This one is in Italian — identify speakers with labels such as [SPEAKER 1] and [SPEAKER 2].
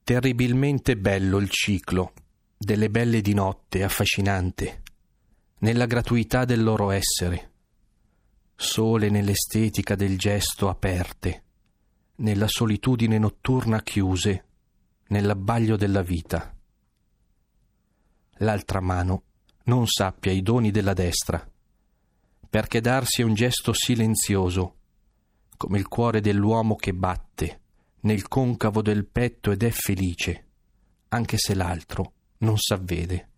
[SPEAKER 1] Terribilmente bello il ciclo delle belle di notte, affascinante, nella gratuità del loro essere, sole nell'estetica del gesto aperte, nella solitudine notturna chiuse, nell'abbaglio della vita. L'altra mano non sappia i doni della destra, perché darsi è un gesto silenzioso, come il cuore dell'uomo che batte nel concavo del petto ed è felice, anche se l'altro non s'avvede.